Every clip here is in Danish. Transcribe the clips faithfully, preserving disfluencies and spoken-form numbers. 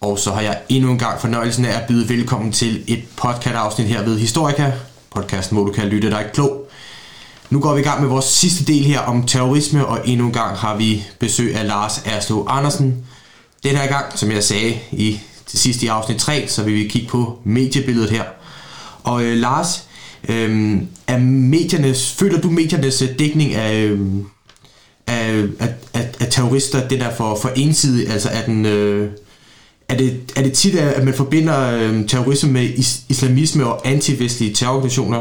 Og så har jeg endnu en gang fornøjelsen af at byde velkommen til et podcast-afsnit her ved Historica. Podcasten, hvor du kan lytte dig klog. Nu går vi i gang med vores sidste del her om terrorisme, og endnu en gang har vi besøg af Lars Erslev Andersen. Den her gang, som jeg sagde i det sidste i afsnit tre, så vil vi kigge på mediebilledet her. Og øh, Lars, øh, er mediernes, føler du mediernes dækning af, øh, af, af, af terrorister, den er for, for ensidig, altså er den... Øh, Er det, er det tit, at man forbinder øh, terrorisme med is- islamisme og antivestlige terrororganisationer?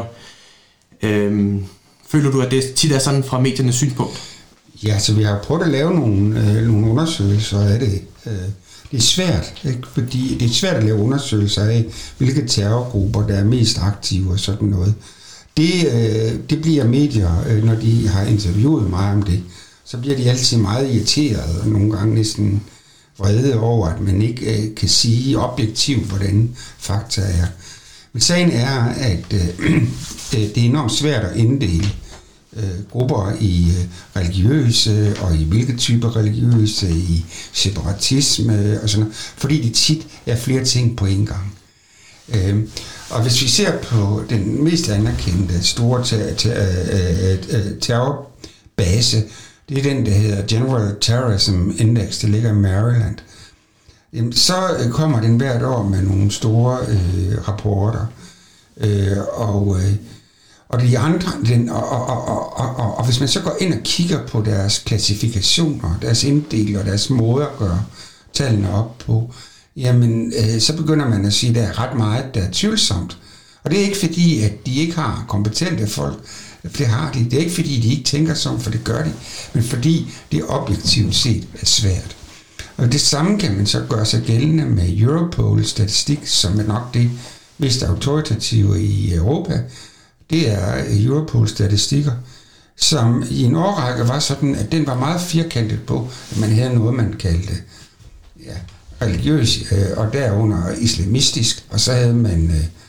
Øh, føler du, at det tit er sådan fra mediernes synspunkt? Ja, så vi har prøvet at lave nogle, øh, nogle undersøgelser af det. Øh, det er svært, ikke? Fordi det er svært at lave undersøgelser af, hvilke terrorgrupper, der er mest aktive og sådan noget. Det, øh, det bliver medier, øh, når de har interviewet mig om det, så bliver de altid meget irriterede og nogle gange næsten vrede over, at man ikke øh, kan sige objektivt, hvordan fakta er. Men sagen er, at øh, det er enormt svært at inddele øh, grupper i øh, religiøse, og i hvilke typer religiøse, i separatisme og sådan noget, fordi det tit er flere ting på en gang. Øh, og hvis vi ser på den mest anerkendte store ter- ter- ter- terrorbase, det er den, der hedder General Terrorism Index, der ligger i Maryland. Jamen, så kommer den hvert år med nogle store øh, rapporter. Øh, og, øh, og de andre, den, og, og, og, og, og, og hvis man så går ind og kigger på deres klassifikationer, deres inddel og deres måde at gøre tallene op på, jamen, øh, så begynder man at sige, at der er ret meget, der er tvivlsomt. Og det er ikke fordi, at de ikke har kompetente folk. Det har de. Det er ikke fordi, de ikke tænker sådan, for det gør de, men fordi det objektivt set er svært. Og det samme kan man så gøre sig gældende med Europol-statistik, som er nok det mest autoritative i Europa. Det er Europol-statistikker, som i en årrække var sådan, at den var meget firkantet på, at man havde noget, man kaldte ja, religiøs, og derunder islamistisk, og så havde man...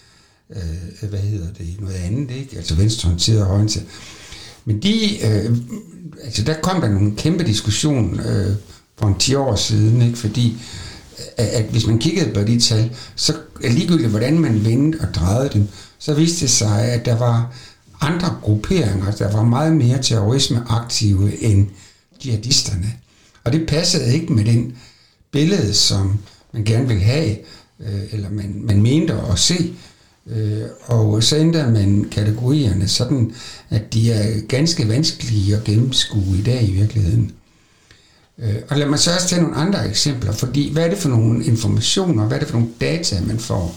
Øh, hvad hedder det, noget andet, ikke? Altså venstreorienteret og højreorienteret. Men de, øh, altså der kom der nogle kæmpe diskussion øh, for en ti år siden, ikke? Fordi at, at hvis man kiggede på de tal, så ligegyldigt hvordan man vendte og drejede dem, så viste det sig, at der var andre grupperinger, der var meget mere terrorisme aktive end jihadisterne. Og det passede ikke med den billede, som man gerne ville have, øh, eller man, man mente at se. Øh, og så ændrer man kategorierne sådan, at de er ganske vanskelige at gennemskue i dag i virkeligheden. Øh, og lad mig så også tage nogle andre eksempler, fordi hvad er det for nogle informationer, hvad er det for nogle data, man får?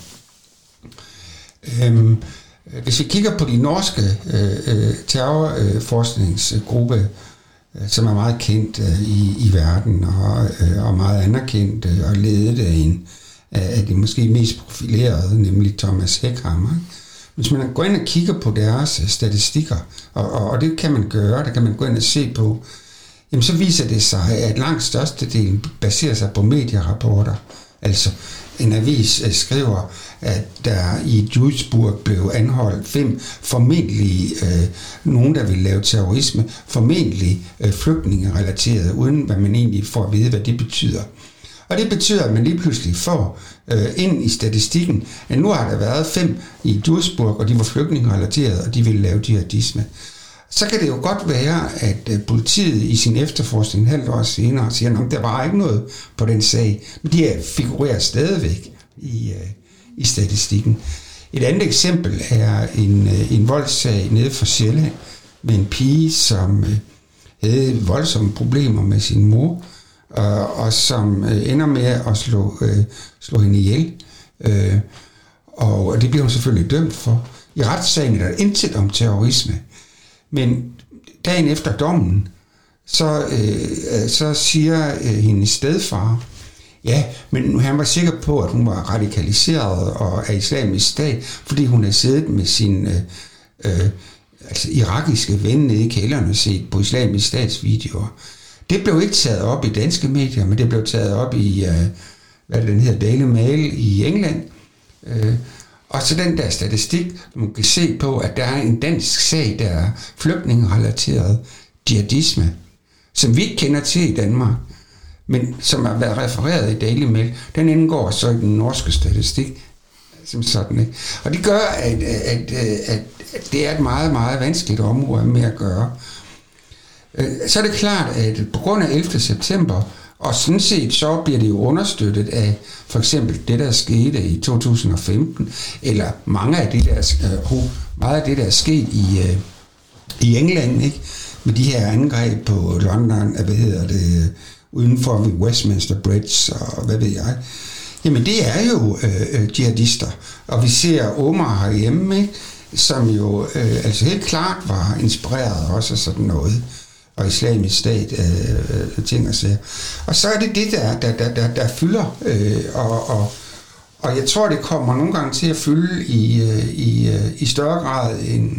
Øh, hvis vi kigger på de norske øh, terrorforskningsgruppe, øh, som er meget kendt øh, i, i verden og, øh, og meget anerkendt øh, og ledet af en af de måske mest profilerede, nemlig Thomas Heckhammer. Hvis man går ind og kigger på deres statistikker, og, og, og det kan man gøre, det kan man gå ind og se på, jamen så viser det sig, at langt størstedelen baserer sig på medierapporter. Altså en avis skriver, at der i Duisburg blev anholdt fem formentlig øh, nogen, der ville lave terrorisme, formentlig øh, flygtningerelateret, uden hvad man egentlig får at vide, hvad det betyder. Og det betyder, at man lige pludselig får øh, ind i statistikken, at nu har der været fem i Duisburg, og de var flygtningerelateret, og de ville lave jihadisme. Så kan det jo godt være, at øh, politiet i sin efterforskning en halvt år senere siger, at der var ikke noget på den sag, men de figurerer stadigvæk i, øh, i statistikken. Et andet eksempel er en, øh, en voldssag nede for Sjælland med en pige, som øh, havde voldsomme problemer med sin mor, Og, og som øh, ender med at slå, øh, slå hende ihjel. Øh, og det bliver hun selvfølgelig dømt for. I retssagen er der intet om terrorisme. Men dagen efter dommen, så, øh, så siger øh, hendes stedfar, ja, men han var sikker på, at hun var radikaliseret og af islamisk stat, fordi hun havde siddet med sin øh, øh, altså irakiske ven nede i kælderen og set på islamisk stats videoer. Det blev ikke taget op i danske medier, men det blev taget op i, uh, hvad den hedder, Daily Mail i England. Uh, og så den der statistik, man kan se på, at der er en dansk sag, der er flygtningerelateret jihadisme, som vi ikke kender til i Danmark. men som har været refereret i Daily Mail, den indgår så i den norske statistik, som sådan, ikke? Og det gør, at, at, at, at det er et meget, meget vanskeligt område med at gøre. Så er det klart, at på grund af ellevte september, og sådan set så bliver det jo understøttet af for eksempel det, der skete i to tusind og femten, eller mange af det, der, meget af det, der er sket i, i England, ikke? Med de her angreb på London, hvad hedder det, udenfor ved Westminster Bridge, og hvad ved jeg. Jamen det er jo øh, jihadister, og vi ser Omar herhjemme, ikke? Som jo øh, altså helt klart var inspireret også af sådan noget, og Islamisk Stat, øh, øh, ting og sager. Og så er det det, der, der, der, der, der fylder, øh, og, og, og jeg tror, det kommer nogle gange til at fylde i, øh, i, øh, i større grad end,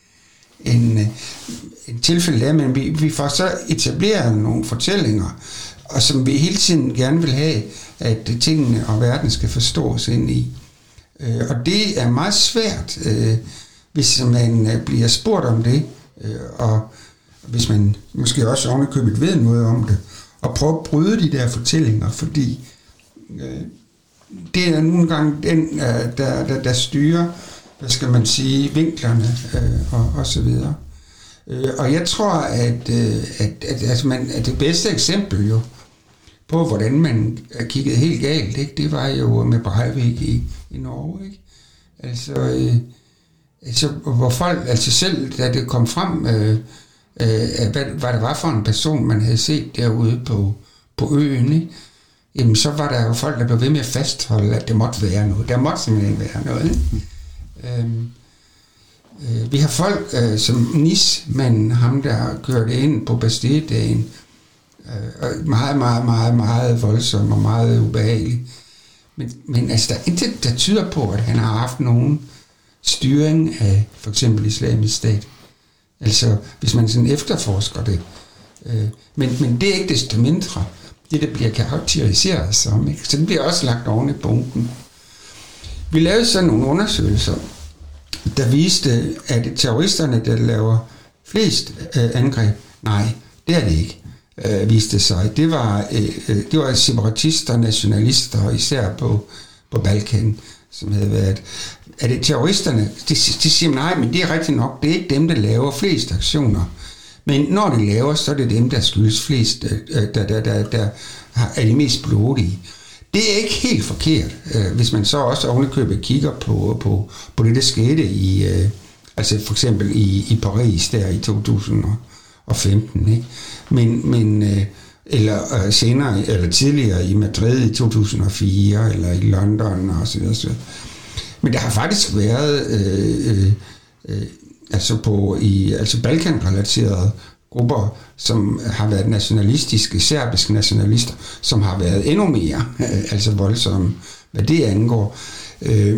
end, øh, end tilfældet er, men vi, vi får så etableret nogle fortællinger, og som vi hele tiden gerne vil have, at tingene og verden skal forstås ind i. Øh, og det er meget svært, øh, hvis man øh, bliver spurgt om det, øh, og hvis man måske også ovenikøbet ved noget om det, og prøve at bryde de der fortællinger, fordi øh, det er nogle gange den, øh, der, der, der styrer, hvad skal man sige, vinklerne øh, og, og så videre. Øh, og jeg tror, at, øh, at, at, at, man, at det bedste eksempel jo på, hvordan man kiggede helt galt, ikke? Det var jo med Breivik i, i Norge, ikke? Altså, øh, altså, hvor folk, altså selv, da det kom frem, øh, øh, hvad, hvad det var for en person, man havde set derude på, på øen, ikke? Jamen, så var der jo folk, der blev ved med at fastholde, at det måtte være noget. Der måtte simpelthen være noget, ikke? øhm, øh, vi har folk, øh, som Nis-manden, ham der kørte ind på Bastille-dagen, øh, meget, meget, meget, meget voldsom og meget ubehagelig. Men, men altså, der er intet, der tyder på, at han har haft nogen styring af for eksempel Islamisk Stat. Altså, hvis man sådan efterforsker det. Øh, men, men det er ikke desto mindre det, der bliver karakteriseret som, ikke? Så det bliver også lagt oven i bunken. Vi lavede sådan nogle undersøgelser, der viste, at terroristerne, der laver flest øh, angreb, nej, det er det ikke, øh, viste sig. Det var, øh, det var separatister, nationalister, især på, på Balkan, som havde været. Er det terroristerne? De, de siger, nej, men det er rigtigt nok, det er ikke dem, der laver flest aktioner. Men når de laver, så er det dem, der skyldes flest, der, der, der, der er de mest blodige. Det er ikke helt forkert, hvis man så også ovenikøbet kigger på, på, på det, der skete i, altså for eksempel i, i Paris der i to tusind og femten, ikke? Men, men eller senere, eller tidligere i Madrid i to tusind og fire, eller i London og så videre. Men der har faktisk været øh, øh, altså på i altså Balkan-relaterede grupper, som har været nationalistiske, serbiske nationalister, som har været endnu mere øh, altså voldsomme, hvad det angår. Øh,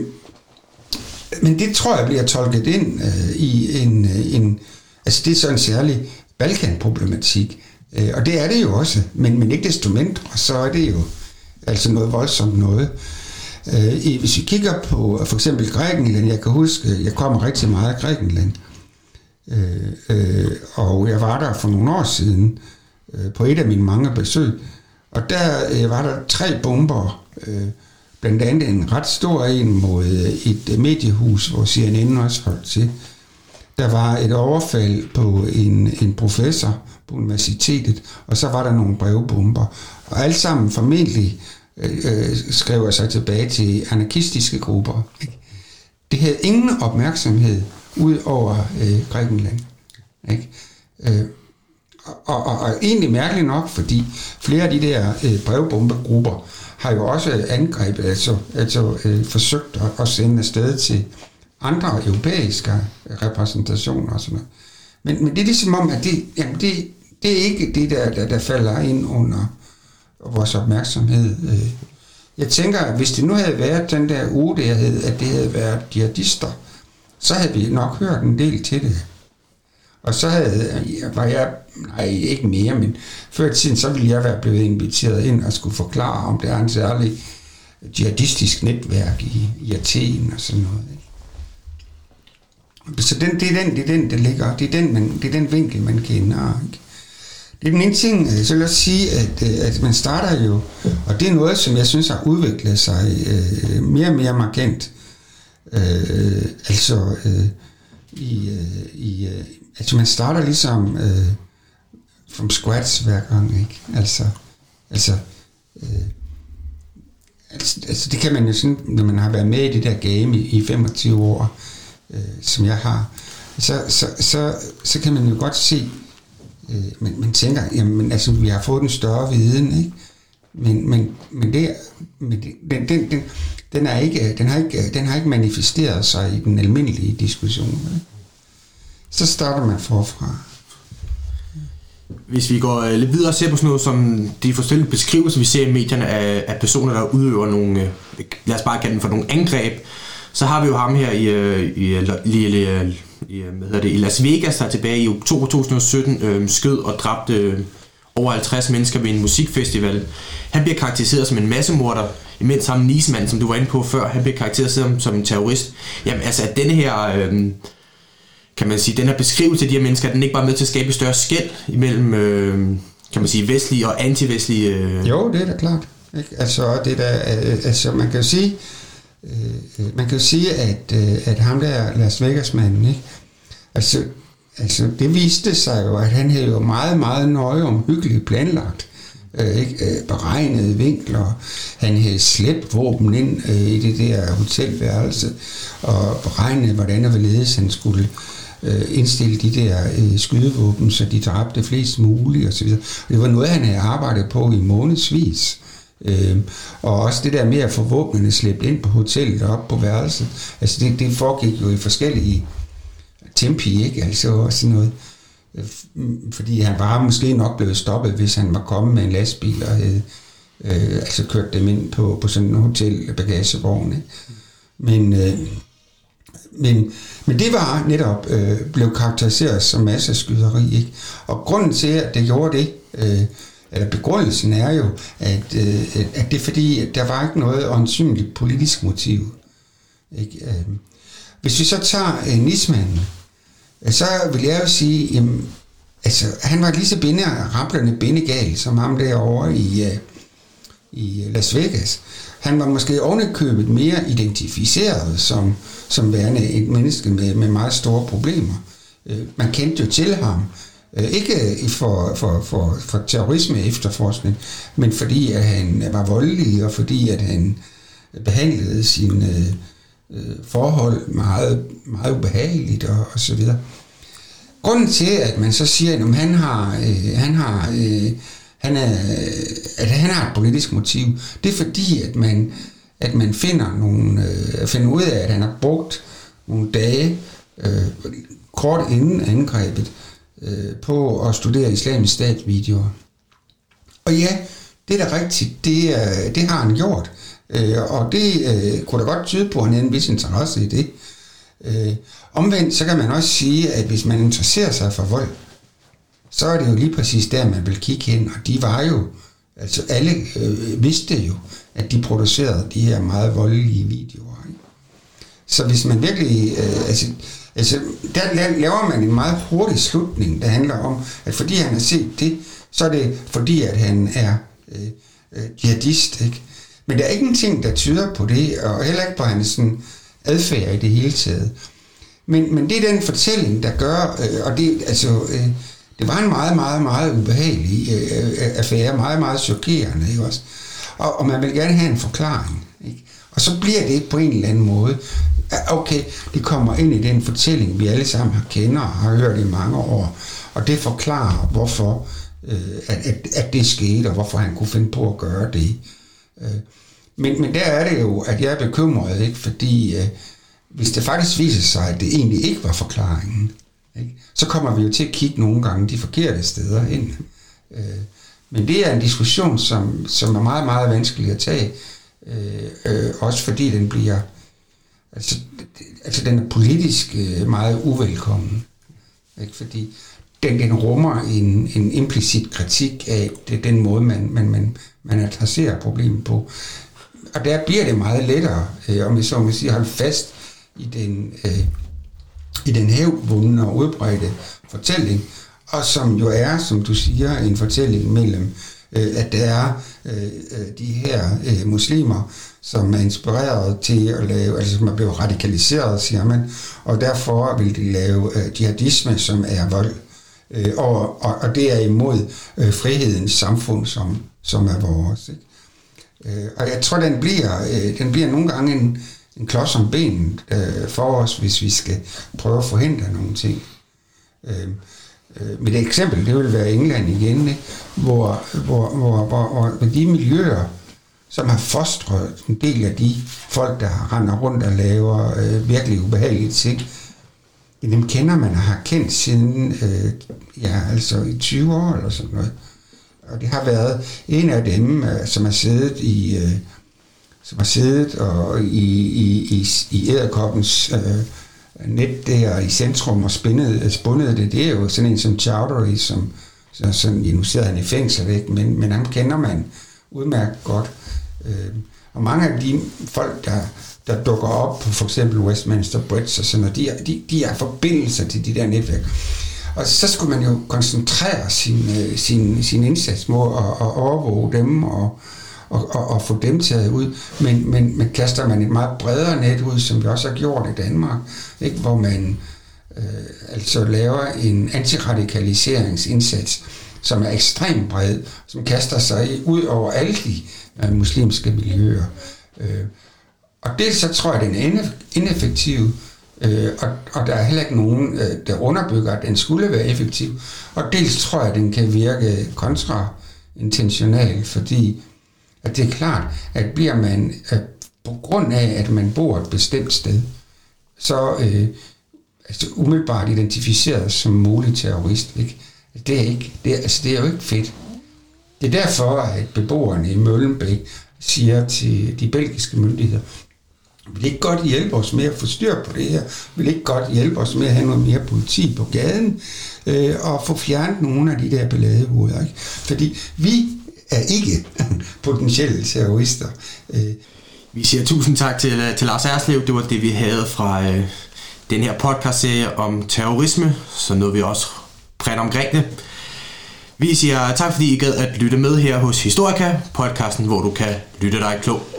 men det tror jeg bliver tolket ind øh, i en, en, altså det er så en særlig Balkan-problematik, øh, og det er det jo også, men, men ikke desto mindre, så er det jo altså noget voldsomt noget. Øh, hvis vi kigger på for eksempel Grækenland, jeg kan huske, jeg kommer rigtig meget af Grækenland, Øh, øh, og jeg var der for nogle år siden øh, på et af mine mange besøg, og der øh, var der tre bomber, øh, blandt andet en ret stor en mod et mediehus, hvor C N N også holdt til. Der var et overfald på en, en professor på universitetet, og så var der nogle brevbomber, og alt sammen formentlig øh, skrev sig tilbage til anarkistiske grupper. Det havde ingen opmærksomhed ud over øh, Grækenland. Ikke? Øh, og, og, og egentlig mærkeligt nok, fordi flere af de der øh, brevbombegrupper har jo også angrebet, altså, altså øh, forsøgt at, at sende afsted til andre europæiske repræsentationer og sådan noget. Men, men det er ligesom om, at det, jamen det, det er ikke det, der, der, der falder ind under vores opmærksomhed. Jeg tænker, at hvis det nu havde været den der uge, der hed, at det havde været jihadister, så havde vi nok hørt en del til det. Og så havde, var jeg, nej ikke mere, men før i tiden, så ville jeg være blevet inviteret ind og skulle forklare, om der er en særlig jihadistisk netværk i, i Athen og sådan noget. Så den, det, er den, det er den, der ligger, det er den, man, det er den vinkel, man kender. Ikke? Det er den ene ting, så lad os sige, at, at man starter jo, og det er noget, som jeg synes har udviklet sig øh, mere og mere markant. Øh, altså, øh, i, øh, i, øh, altså, man starter ligesom øh, from scratch hver gang, ikke? Altså, altså, øh, altså, altså, det kan man jo sådan, når man har været med i det der game i, i femogtyve år, øh, som jeg har, så, så, så, så kan man jo godt se, Men man tænker, jamen altså, vi har fået en større viden, ikke? Men, men, men, det, men det, den, den, den, den, er ikke, den, har ikke, den har ikke manifesteret sig i den almindelige diskussion. Ikke? Så starter man forfra. Hvis vi går lidt videre og ser på sådan noget som de forskellige beskrivelser, vi ser i medierne af, af personer, der udøver nogle, lad os bare kalde dem for nogle angreb, så har vi jo ham her i, i, i, i I, hvad hedder det, i Las Vegas, der tilbage i oktober to tusind og sytten øh, skød og dræbte øh, over halvtreds mennesker ved en musikfestival. Han bliver karakteriseret som en massemorder, imens ham Niesmann, som du var inde på før, han bliver karakteriseret som, som en terrorist. Jamen altså, at denne her, øh, kan man sige, den her beskrivelse af de her mennesker, den ikke bare med til at skabe større skel imellem, øh, kan man sige, vestlige og antivestlige? Øh... Jo, det er da klart. Ikke? Altså, det der, altså, man kan jo sige, øh, man kan jo sige, at, øh, at ham der Las Vegas-manden, ikke? Altså, altså, det viste sig jo, at han havde jo meget, meget nøje omhyggeligt planlagt, øh, ikke? Øh, beregnede vinkler. Han havde slæbt våben ind øh, i det der hotelværelse, og beregnet, hvordan og hvorledes han skulle øh, indstille de der øh, skydevåben, så de dræbte flest muligt osv. Og det var noget, han havde arbejdet på i månedsvis. Øh, og også det der med at få våbnene slæbt ind på hotellet og op på værelset, altså det, det foregik jo i forskellige tempi, ikke? Altså også sådan noget. Fordi han var måske nok blevet stoppet, hvis han var kommet med en lastbil og havde øh, altså kørt dem ind på, på sådan en hotelbagagevogn. Ikke? Men, øh, men, men det var netop øh, blev karakteriseret som masseskyderi, ikke? Og grunden til, at det gjorde det, øh, eller begrundelsen er jo, at, øh, at det er fordi, at der var ikke noget åndsynligt politisk motiv. Ikke? Øh, Hvis vi så tager øh, Niesmann, så vil jeg jo sige, jamen, altså, han var lige så binde, rablende bindegal som ham derovre i, øh, i Las Vegas. Han var måske ovenikøbet mere identificeret som, som værende et menneske med, med meget store problemer. Øh, man kendte jo til ham, øh, ikke for, for, for, for terrorisme efterforskning, men fordi at han var voldelig, og fordi at han behandlede sine øh, forhold meget, meget ubehageligt og, og så videre. Grunden til, at man så siger, at han har, øh, han har, øh, han er, at han har et politisk motiv, det er fordi, at man, at man finder, nogle, øh, finder ud af, at han har brugt nogle dage øh, kort inden angrebet øh, på at studere Islamisk Stat-videoer. Og ja, det er da rigtigt, det, øh, det har han gjort. Øh, og det øh, kunne da godt tyde på, at han havde en vis interesse i det. Øh, omvendt, så kan man også sige, at hvis man interesserer sig for vold, så er det jo lige præcis der, man vil kigge hen. Og de var jo, altså alle øh, vidste jo, at de producerede de her meget voldelige videoer. Ikke? Så hvis man virkelig, øh, altså, altså der laver man en meget hurtig slutning, der handler om, at fordi han har set det, så er det fordi, at han er øh, øh, jihadist, ikke? Men der er ikke en ting, der tyder på det, og heller ikke på hans sådan, adfærd i det hele taget. Men, men det er den fortælling, der gør, øh, og det, altså, øh, det var en meget, meget, meget ubehagelig øh, affære, meget, meget chokerende, ikke også? Og, og man vil gerne have en forklaring, ikke? Og så bliver det på en eller anden måde, okay, det kommer ind i den fortælling, vi alle sammen har kender og har hørt i mange år, og det forklarer, hvorfor øh, at, at, at det skete, og hvorfor han kunne finde på at gøre det. Men, men der er det jo, at jeg er bekymret, ikke? Fordi øh, hvis det faktisk viser sig, at det egentlig ikke var forklaringen, ikke? Så kommer vi jo til at kigge nogle gange de forkerte steder hen. Øh, men det er en diskussion, som, som er meget, meget vanskelig at tage, øh, øh, også fordi den bliver, altså, altså den er politisk øh, meget uvelkommen, ikke? Fordi den, den rummer en, en implicit kritik af det, den måde, man, man, man, man adresserer problemet på. Og der bliver det meget lettere, øh, om vi så må sige, holde fast i den, øh, i den hævdvundne og udbredte fortælling, og som jo er, som du siger, en fortælling mellem, øh, at der er øh, de her øh, muslimer, som er inspireret til at lave, altså som er blevet radikaliseret, siger man, og derfor vil de lave øh, jihadisme, som er vold. Øh, og, og, og det er imod øh, frihedens samfund, som, som er vores. Ikke? Øh, og jeg tror, den bliver, øh, den bliver nogle gange en, en klods om benet øh, for os, hvis vi skal prøve at forhindre nogle ting. Øh, øh, med et eksempel, det vil være England igen, ikke? Hvor, hvor, hvor, hvor, hvor de miljøer, som har fostret en del af de folk, der render rundt og laver øh, virkelig ubehagelige ting, dem kender man og har kendt siden, øh, ja, altså i tyve år eller sådan noget. Og det har været en af dem, øh, som har siddet i, øh, som har siddet og i, i, i, i Edderkoppens øh, net der i centrum og spændet, spundet det. Det er jo sådan en som Chowdhury, som så sådan, ja, nu sidder han i fængsel, ikke? Men, men ham kender man udmærket godt. Øh, og mange af de folk, der der dukker op på for eksempel Westminster Bridge og sådan noget, de, de, de har forbindelser til de der netværk. Og så skulle man jo koncentrere sin, sin, sin indsats mod at, at overvåge dem og, og, og, og få dem taget ud. Men, men, men kaster man et meget bredere net ud, som vi også har gjort i Danmark, ikke? Hvor man øh, altså laver en antiradikaliseringsindsats, som er ekstremt bred, som kaster sig ud over alle de øh, muslimske miljøer. Øh, Og dels så tror jeg, at den er ineffektiv, øh, og, og der er heller ikke nogen, øh, der underbygger, at den skulle være effektiv. Og dels tror jeg, at den kan virke kontraintentional, fordi at det er klart, at bliver man øh, på grund af, at man bor et bestemt sted, så øh, altså umiddelbart identificeret som mulig terrorist. Ikke? Det, er ikke, det, er, altså, det er jo ikke fedt. Det er derfor, at beboerne i Møllenbæk siger til de belgiske myndigheder, vil ikke godt hjælpe os med at få styr på det her, vil ikke godt hjælpe os med at have noget mere politi på gaden, øh, og få fjernet nogle af de der balladehoveder, ikke? Fordi vi er ikke potentielle terrorister. Øh. Vi siger tusind tak til, til Lars Erslev. Det var det, vi havde fra øh, den her podcast-serie om terrorisme, så nåede vi også bredt omkring det. Vi siger tak, fordi I gad at lytte med her hos Historica, podcasten, hvor du kan lytte dig klog.